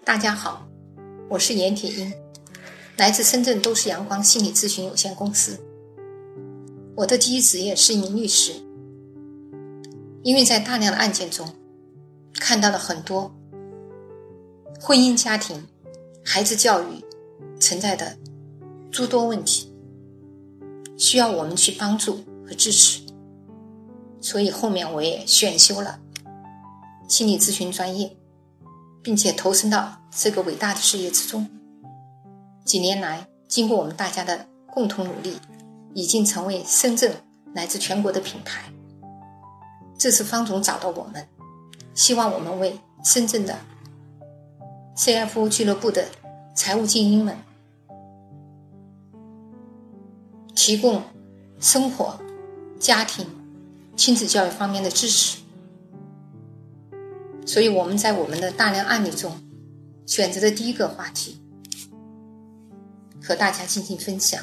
大家好，我是严铁英，来自深圳都市阳光心理咨询有限公司。我的第一职业是一名律师，因为在大量的案件中看到了很多婚姻家庭、孩子教育存在的诸多问题，需要我们去帮助和支持，所以后面我也选修了心理咨询专业，并且投身到这个伟大的事业之中。几年来，经过我们大家的共同努力，已经成为深圳乃至全国的品牌。这次方总找到我们，希望我们为深圳的 CFO 俱乐部的财务精英们提供生活、家庭、亲子教育方面的支持。所以我们在我们的大量案例中选择的第一个话题和大家进行分享。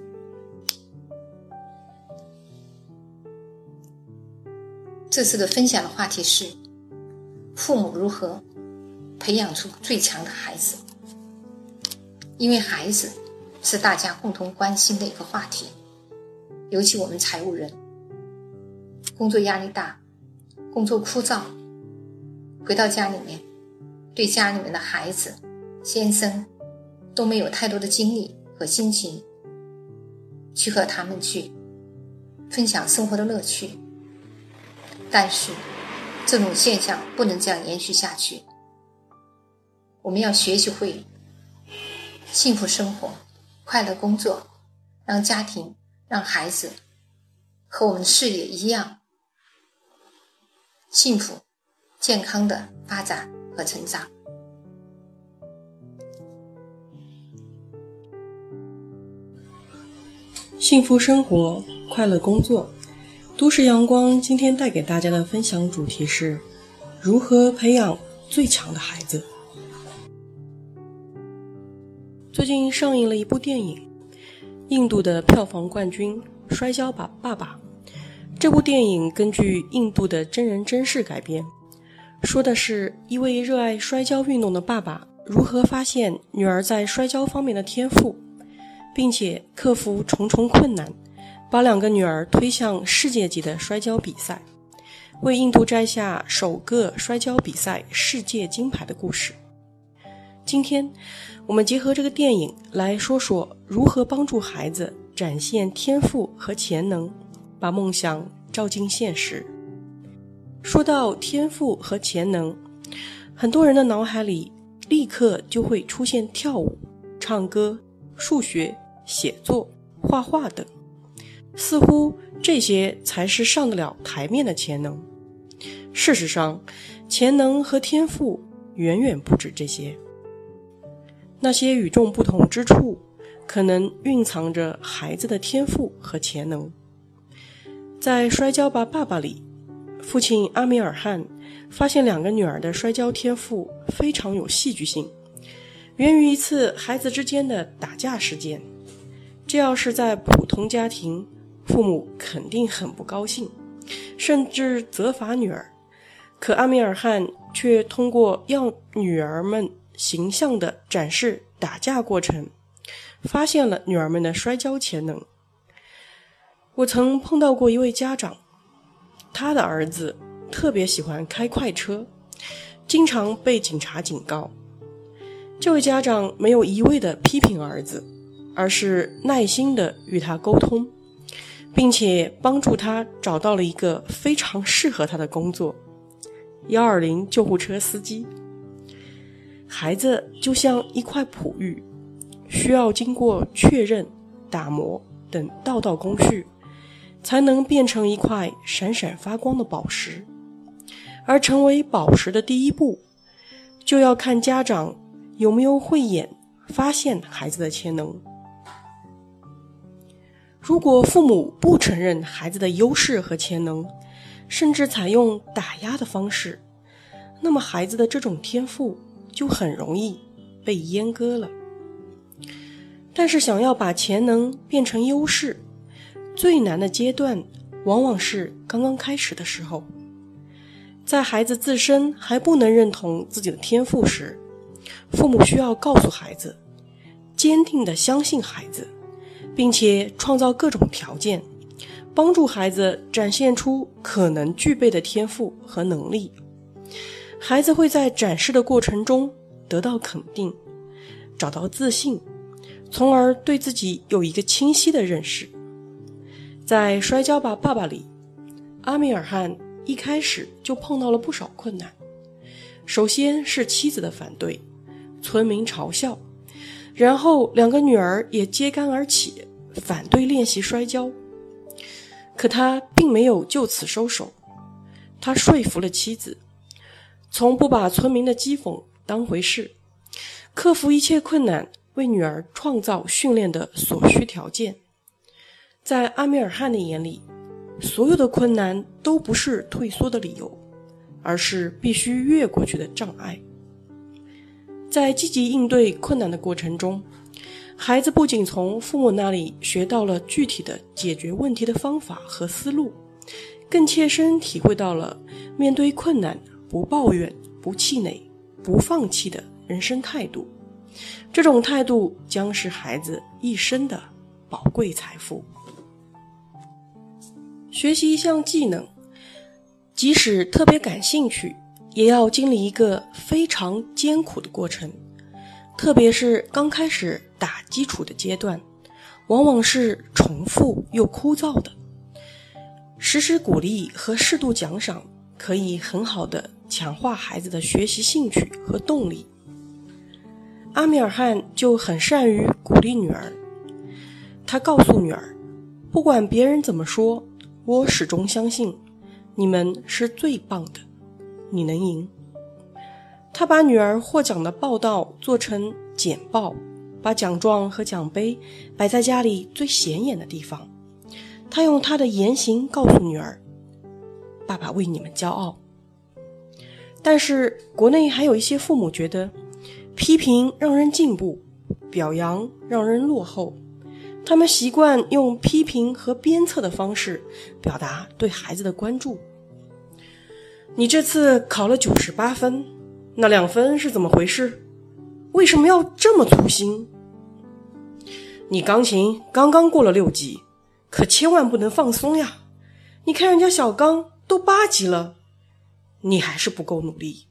这次的分享的话题是父母如何培养出最强的孩子。因为孩子是大家共同关心的一个话题，尤其我们财务人工作压力大，工作枯燥，回到家里面，对家里面的孩子、先生都没有太多的精力和心情去和他们去分享生活的乐趣。但是这种现象不能这样延续下去，我们要学习会幸福生活、快乐工作，让家庭、让孩子和我们的事业一样幸福健康的发展和成长。 幸福生活，快乐工作。都市阳光今天带给大家的分享主题是如何培养最强的孩子。最近上映了一部电影，印度的票房冠军《摔跤吧，爸爸》。这部电影根据印度的真人真事改编，说的是一位热爱摔跤运动的爸爸如何发现女儿在摔跤方面的天赋，并且克服重重困难，把两个女儿推向世界级的摔跤比赛，为印度摘下首个摔跤比赛世界金牌的故事。今天我们结合这个电影来说说如何帮助孩子展现天赋和潜能，把梦想照进现实。说到天赋和潜能，很多人的脑海里立刻就会出现跳舞、唱歌、数学、写作、画画等，似乎这些才是上得了台面的潜能。事实上，潜能和天赋远远不止这些。那些与众不同之处，可能蕴藏着孩子的天赋和潜能。在《摔跤吧，爸爸》里，父亲阿米尔汗发现两个女儿的摔跤天赋非常有戏剧性，源于一次孩子之间的打架事件。这要是在普通家庭，父母肯定很不高兴，甚至责罚女儿。可阿米尔汗却通过要女儿们形象地展示打架过程，发现了女儿们的摔跤潜能。我曾碰到过一位家长，他的儿子特别喜欢开快车，经常被警察警告。这位家长没有一味地批评儿子，而是耐心地与他沟通，并且帮助他找到了一个非常适合他的工作，120救护车司机。孩子就像一块璞玉，需要经过确认、打磨等道道工序，才能变成一块闪闪发光的宝石。而成为宝石的第一步，就要看家长有没有慧眼发现孩子的潜能。如果父母不承认孩子的优势和潜能，甚至采用打压的方式，那么孩子的这种天赋就很容易被阉割了。但是想要把潜能变成优势，最难的阶段往往是刚刚开始的时候。在孩子自身还不能认同自己的天赋时， 父母需要告诉孩子，坚定地相信孩子，并且创造各种条件，帮助孩子展现出可能具备的天赋和能力。孩子会在展示的过程中得到肯定，找到自信，从而对自己有一个清晰的认识。在《摔跤吧，爸爸》里，阿米尔汗一开始就碰到了不少困难。首先是妻子的反对，村民嘲笑，然后2个女儿也揭竿而起，反对练习摔跤。可他并没有就此收手，他说服了妻子，从不把村民的讥讽当回事，克服一切困难，为女儿创造训练的所需条件。在阿米尔汗的眼里，所有的困难都不是退缩的理由，而是必须越过去的障碍。在积极应对困难的过程中，孩子不仅从父母那里学到了具体的解决问题的方法和思路，更切身体会到了面对困难不抱怨、不气馁、不放弃的人生态度。这种态度将是孩子一生的宝贵财富。学习一项技能，即使特别感兴趣，也要经历一个非常艰苦的过程，特别是刚开始打基础的阶段，往往是重复又枯燥的。时时鼓励和适度奖赏可以很好的强化孩子的学习兴趣和动力。阿米尔汗就很善于鼓励女儿，他告诉女儿，不管别人怎么说，我始终相信你们是最棒的，你能赢。他把女儿获奖的报道做成简报，把奖状和奖杯摆在家里最显眼的地方。他用他的言行告诉女儿，爸爸为你们骄傲。但是国内还有一些父母觉得，批评让人进步，表扬让人落后。他们习惯用批评和鞭策的方式表达对孩子的关注。你这次考了98分，那2分是怎么回事？为什么要这么粗心？你钢琴刚刚过了6级，可千万不能放松呀！你看人家小刚都8级了，你还是不够努力。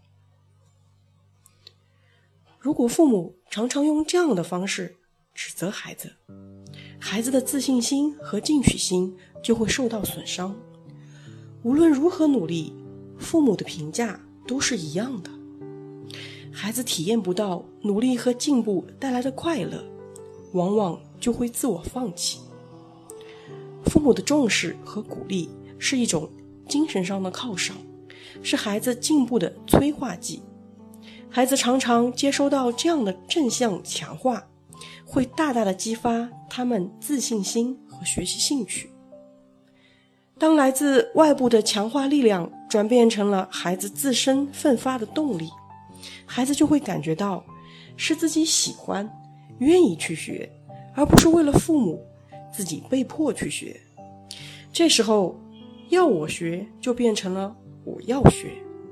如果父母常常用这样的方式指责孩子，孩子的自信心和进取心就会受到损伤。无论如何努力，父母的评价都是一样的。孩子体验不到努力和进步带来的快乐，往往就会自我放弃。父母的重视和鼓励是一种精神上的犒赏，是孩子进步的催化剂。孩子常常接收到这样的正向强化，会大大的激发他们自信心和学习兴趣。当来自外部的强化力量转变成了孩子自身奋发的动力，孩子就会感觉到是自己喜欢、愿意去学，而不是为了父母自己被迫去学。这时候要我学就变成了我要学。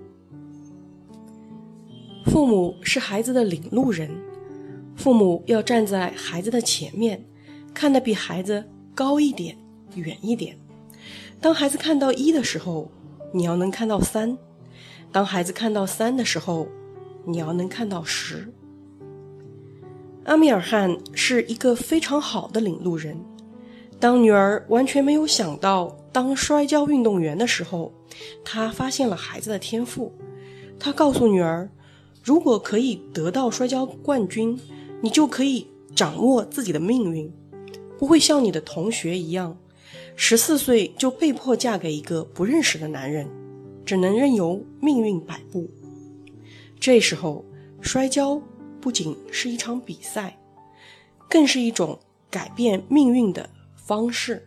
父母是孩子的领路人，父母要站在孩子的前面，看得比孩子高一点、远一点。当孩子看到1的时候，你要能看到3；当孩子看到3的时候，你要能看到10。阿米尔汗是一个非常好的领路人。当女儿完全没有想到当摔跤运动员的时候，他发现了孩子的天赋。他告诉女儿，如果可以得到摔跤冠军，你就可以掌握自己的命运，不会像你的同学一样14岁就被迫嫁给一个不认识的男人，只能任由命运摆布。这时候，摔跤不仅是一场比赛，更是一种改变命运的方式。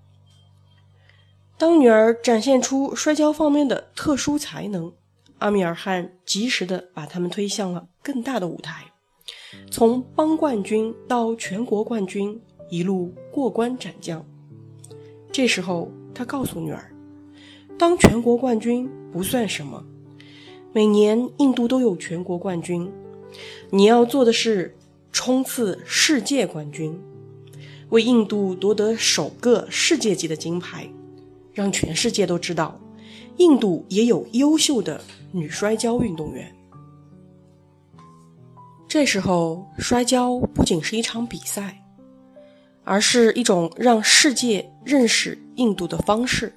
当女儿展现出摔跤方面的特殊才能，阿米尔汗及时地把他们推向了更大的舞台，从邦冠军到全国冠军，一路过关斩将。这时候他告诉女儿，当全国冠军不算什么，每年印度都有全国冠军， 你要做的是冲刺世界冠军，为印度夺得首个世界级的金牌，让全世界都知道印度也有优秀的女摔跤运动员。这时候，摔跤不仅是一场比赛，而是一种让世界认识印度的方式。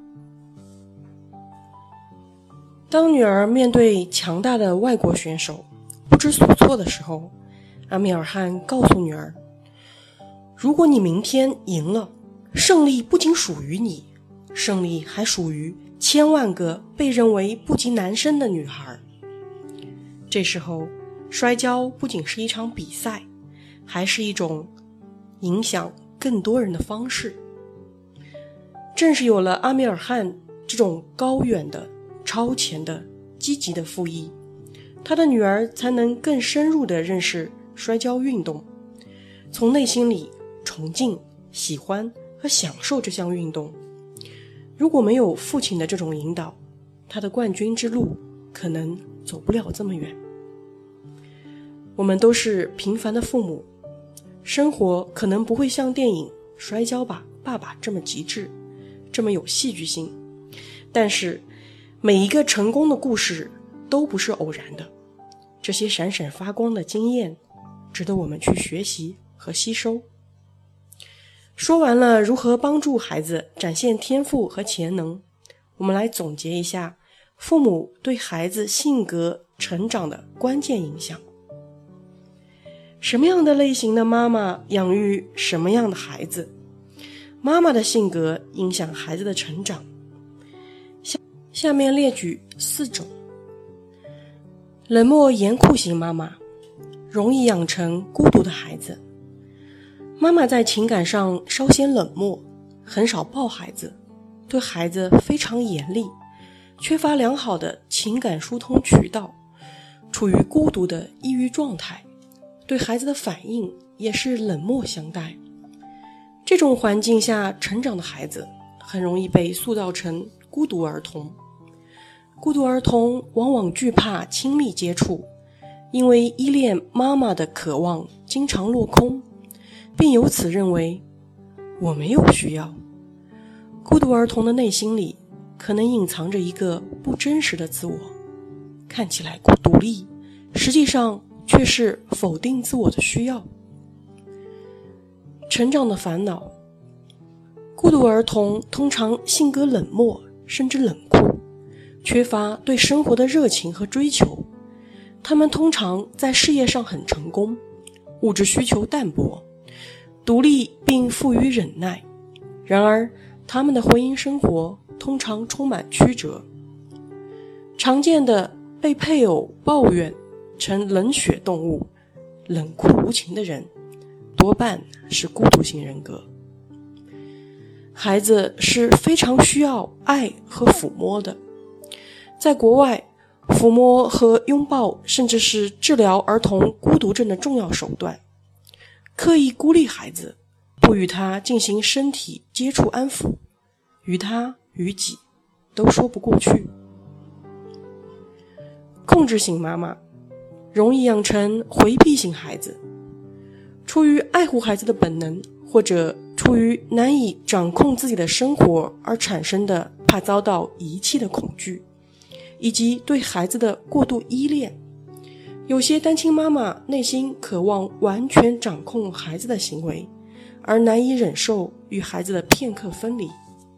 当女儿面对强大的外国选手不知所措的时候，阿米尔汗告诉女儿，如果你明天赢了，胜利不仅属于你，胜利还属于千万个被认为不及男生的女孩。这时候，摔跤不仅是一场比赛，还是一种影响更多人的方式。正是有了阿米尔汗这种高远的、超前的、积极的父裔，他的女儿才能更深入地认识摔跤运动，从内心里崇敬、喜欢和享受这项运动。如果没有父亲的这种引导，他的冠军之路可能走不了这么远。我们都是平凡的父母，生活可能不会像电影《摔跤吧，爸爸》这么极致，这么有戏剧性，但是每一个成功的故事都不是偶然的，这些闪闪发光的经验值得我们去学习和吸收。说完了如何帮助孩子展现天赋和潜能，我们来总结一下父母对孩子性格成长的关键影响。什么样的类型的妈妈养育什么样的孩子，妈妈的性格影响孩子的成长。下面列举4种。冷漠严酷型妈妈容易养成孤独的孩子。妈妈在情感上稍显冷漠，很少抱孩子，对孩子非常严厉，缺乏良好的情感疏通渠道，处于孤独的抑郁状态，对孩子的反应也是冷漠相待。这种环境下成长的孩子很容易被塑造成孤独儿童。孤独儿童往往惧怕亲密接触，因为依恋妈妈的渴望经常落空，并由此认为我没有需要。孤独儿童的内心里可能隐藏着一个不真实的自我，看起来独立，实际上却是否定自我的需要。成长的烦恼。孤独儿童通常性格冷漠，甚至冷酷，缺乏对生活的热情和追求。他们通常在事业上很成功，物质需求淡薄，独立并富于忍耐。然而，他们的婚姻生活通常充满曲折。常见的被配偶抱怨成冷血动物、冷酷无情的人，多半是孤独型人格。孩子是非常需要爱和抚摸的。在国外，抚摸和拥抱甚至是治疗儿童孤独症的重要手段。刻意孤立孩子，不与他进行身体接触安抚，于他于己都说不过去。控制型妈妈容易养成回避型孩子，出于爱护孩子的本能，或者出于难以掌控自己的生活而产生的怕遭到遗弃的恐惧，以及对孩子的过度依恋。有些单亲妈妈内心渴望完全掌控孩子的行为，而难以忍受与孩子的片刻分离。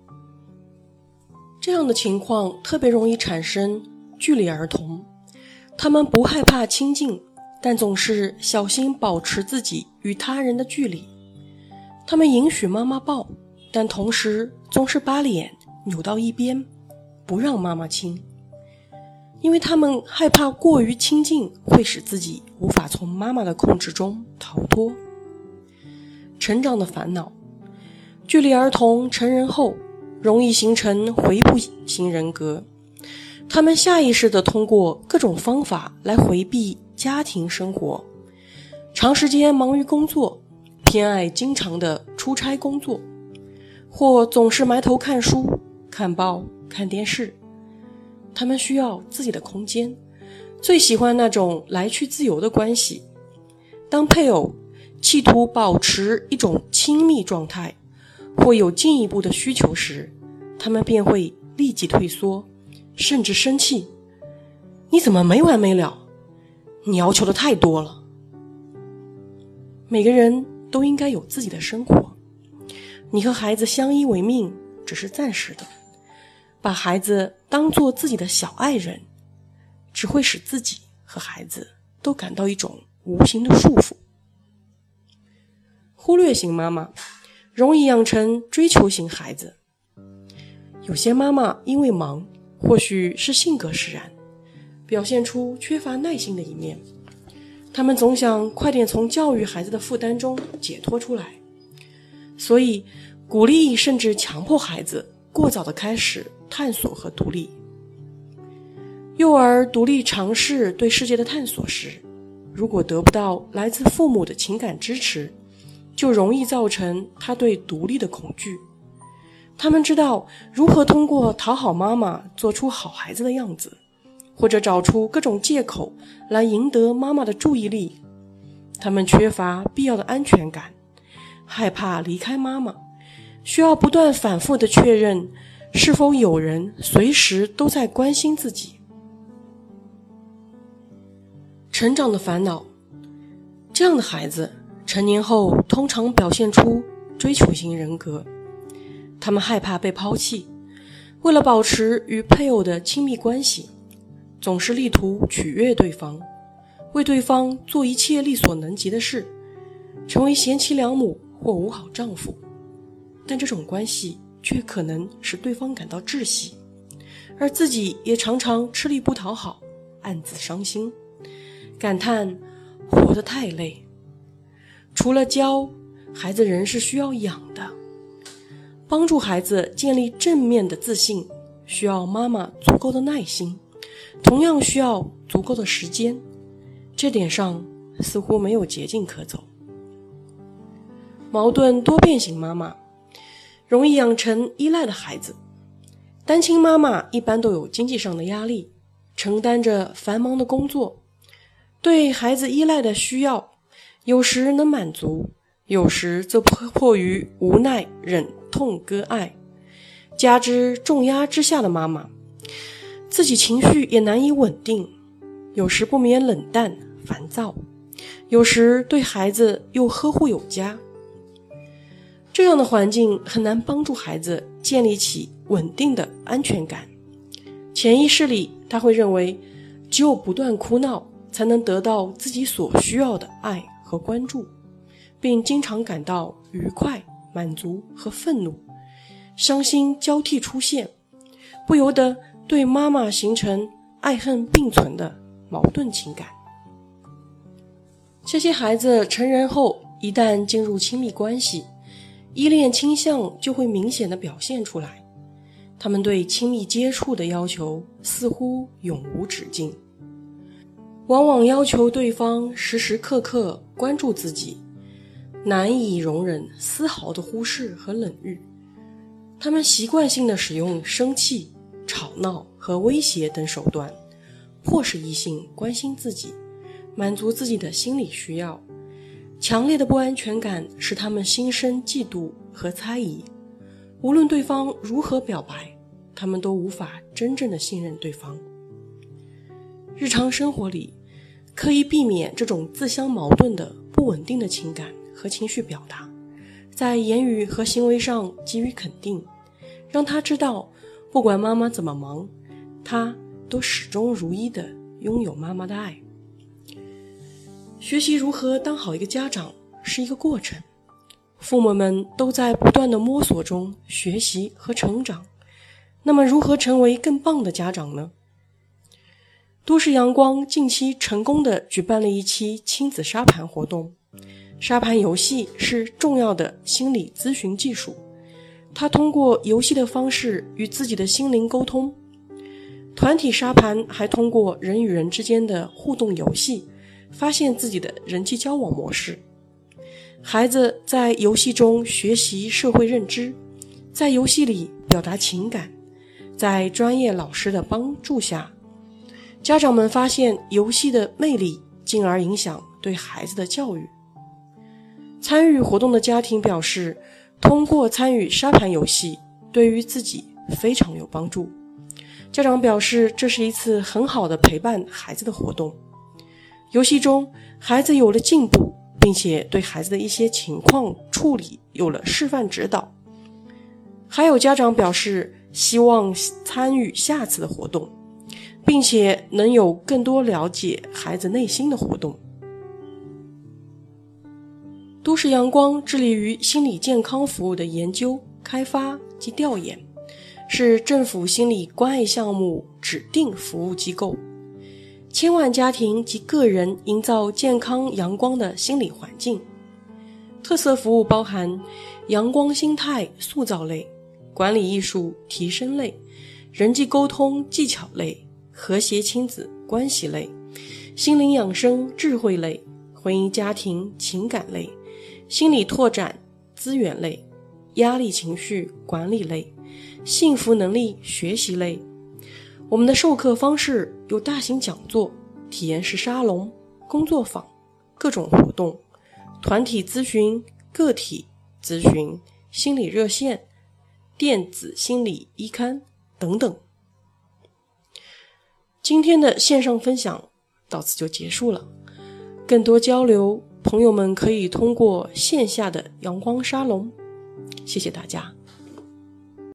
这样的情况特别容易产生距离儿童，他们不害怕亲近，但总是小心保持自己与他人的距离。他们允许妈妈抱，但同时总是把脸扭到一边，不让妈妈亲，因为他们害怕过于亲近会使自己无法从妈妈的控制中逃脱。成长的烦恼。距离儿童成人后容易形成回避型人格，他们下意识地通过各种方法来回避家庭生活，长时间忙于工作，偏爱经常的出差工作，或总是埋头看书、看报、看电视。他们需要自己的空间， 最喜欢那种来去自由的关系。当配偶企图保持一种亲密状态，或有进一步的需求时，他们便会立即退缩，甚至生气。你怎么没完没了？你要求的太多了。每个人都应该有自己的生活，你和孩子相依为命只是暂时的，把孩子当作自己的小爱人，只会使自己和孩子都感到一种无形的束缚。忽略型妈妈容易养成追求型孩子。有些妈妈因为忙，或许是性格使然，表现出缺乏耐心的一面。他们总想快点从教育孩子的负担中解脱出来，所以鼓励甚至强迫孩子过早地开始探索和独立。幼儿独立尝试对世界的探索时，如果得不到来自父母的情感支持，就容易造成他对独立的恐惧。他们知道如何通过讨好妈妈做出好孩子的样子，或者找出各种借口来赢得妈妈的注意力。他们缺乏必要的安全感，害怕离开妈妈，需要不断反复地确认是否有人随时都在关心自己。成长的烦恼，这样的孩子成年后通常表现出追求型人格。他们害怕被抛弃，为了保持与配偶的亲密关系，总是力图取悦对方，为对方做一切力所能及的事，成为贤妻良母或五好丈夫。但这种关系却可能使对方感到窒息，而自己也常常吃力不讨好，暗自伤心，感叹活得太累。除了教，孩子人是需要养的。帮助孩子建立正面的自信，需要妈妈足够的耐心，同样需要足够的时间。这点上似乎没有捷径可走。矛盾多变型妈妈容易养成依赖的孩子。单亲妈妈一般都有经济上的压力，承担着繁忙的工作，对孩子依赖的需要有时能满足，有时则迫于无奈忍痛割爱。加之重压之下的妈妈，自己情绪也难以稳定，有时不免冷淡烦躁，有时对孩子又呵护有加。这样的环境很难帮助孩子建立起稳定的安全感。潜意识里他会认为，只有不断哭闹才能得到自己所需要的爱和关注，并经常感到愉快、满足和愤怒，伤心交替出现，不由得对妈妈形成爱恨并存的矛盾情感。这些孩子成人后，一旦进入亲密关系，依恋倾向就会明显地表现出来。他们对亲密接触的要求似乎永无止境，往往要求对方时时刻刻关注自己，难以容忍丝毫的忽视和冷遇。他们习惯性地使用生气、吵闹和威胁等手段，迫使异性关心自己，满足自己的心理需要。强烈的不安全感使他们心生嫉妒和猜疑，无论对方如何表白，他们都无法真正的信任对方。日常生活里，可以避免这种自相矛盾的不稳定的情感和情绪表达，在言语和行为上给予肯定，让他知道不管妈妈怎么忙，他都始终如一地拥有妈妈的爱。学习如何当好一个家长是一个过程，父母们都在不断的摸索中学习和成长。那么如何成为更棒的家长呢？都市阳光近期成功地举办了一期亲子沙盘活动。沙盘游戏是重要的心理咨询技术，它通过游戏的方式与自己的心灵沟通。团体沙盘还通过人与人之间的互动游戏，发现自己的人际交往模式。孩子在游戏中学习社会认知，在游戏里表达情感，在专业老师的帮助下， 家长们发现游戏的魅力，进而影响对孩子的教育。参与活动的家庭表示，通过参与沙盘游戏，对于自己非常有帮助。家长表示，这是一次很好的陪伴孩子的活动。游戏中，孩子有了进步，并且对孩子的一些情况处理有了示范指导。还有家长表示，希望参与下次的活动，并且能有更多了解孩子内心的活动。都市阳光致力于心理健康服务的研究、开发及调研，是政府心理关爱项目指定服务机构，千万家庭及个人营造健康阳光的心理环境。特色服务包含阳光心态塑造类、管理艺术提升类、人际沟通技巧类、和谐亲子关系类、心灵养生智慧类、婚姻家庭情感类、心理拓展资源类、压力情绪管理类、幸福能力学习类。我们的授课方式有大型讲座、体验式沙龙、工作坊、各种活动、团体咨询、个体咨询、心理热线、电子心理医刊等等。今天的线上分享到此就结束了，更多交流，朋友们可以通过线下的阳光沙龙。谢谢大家。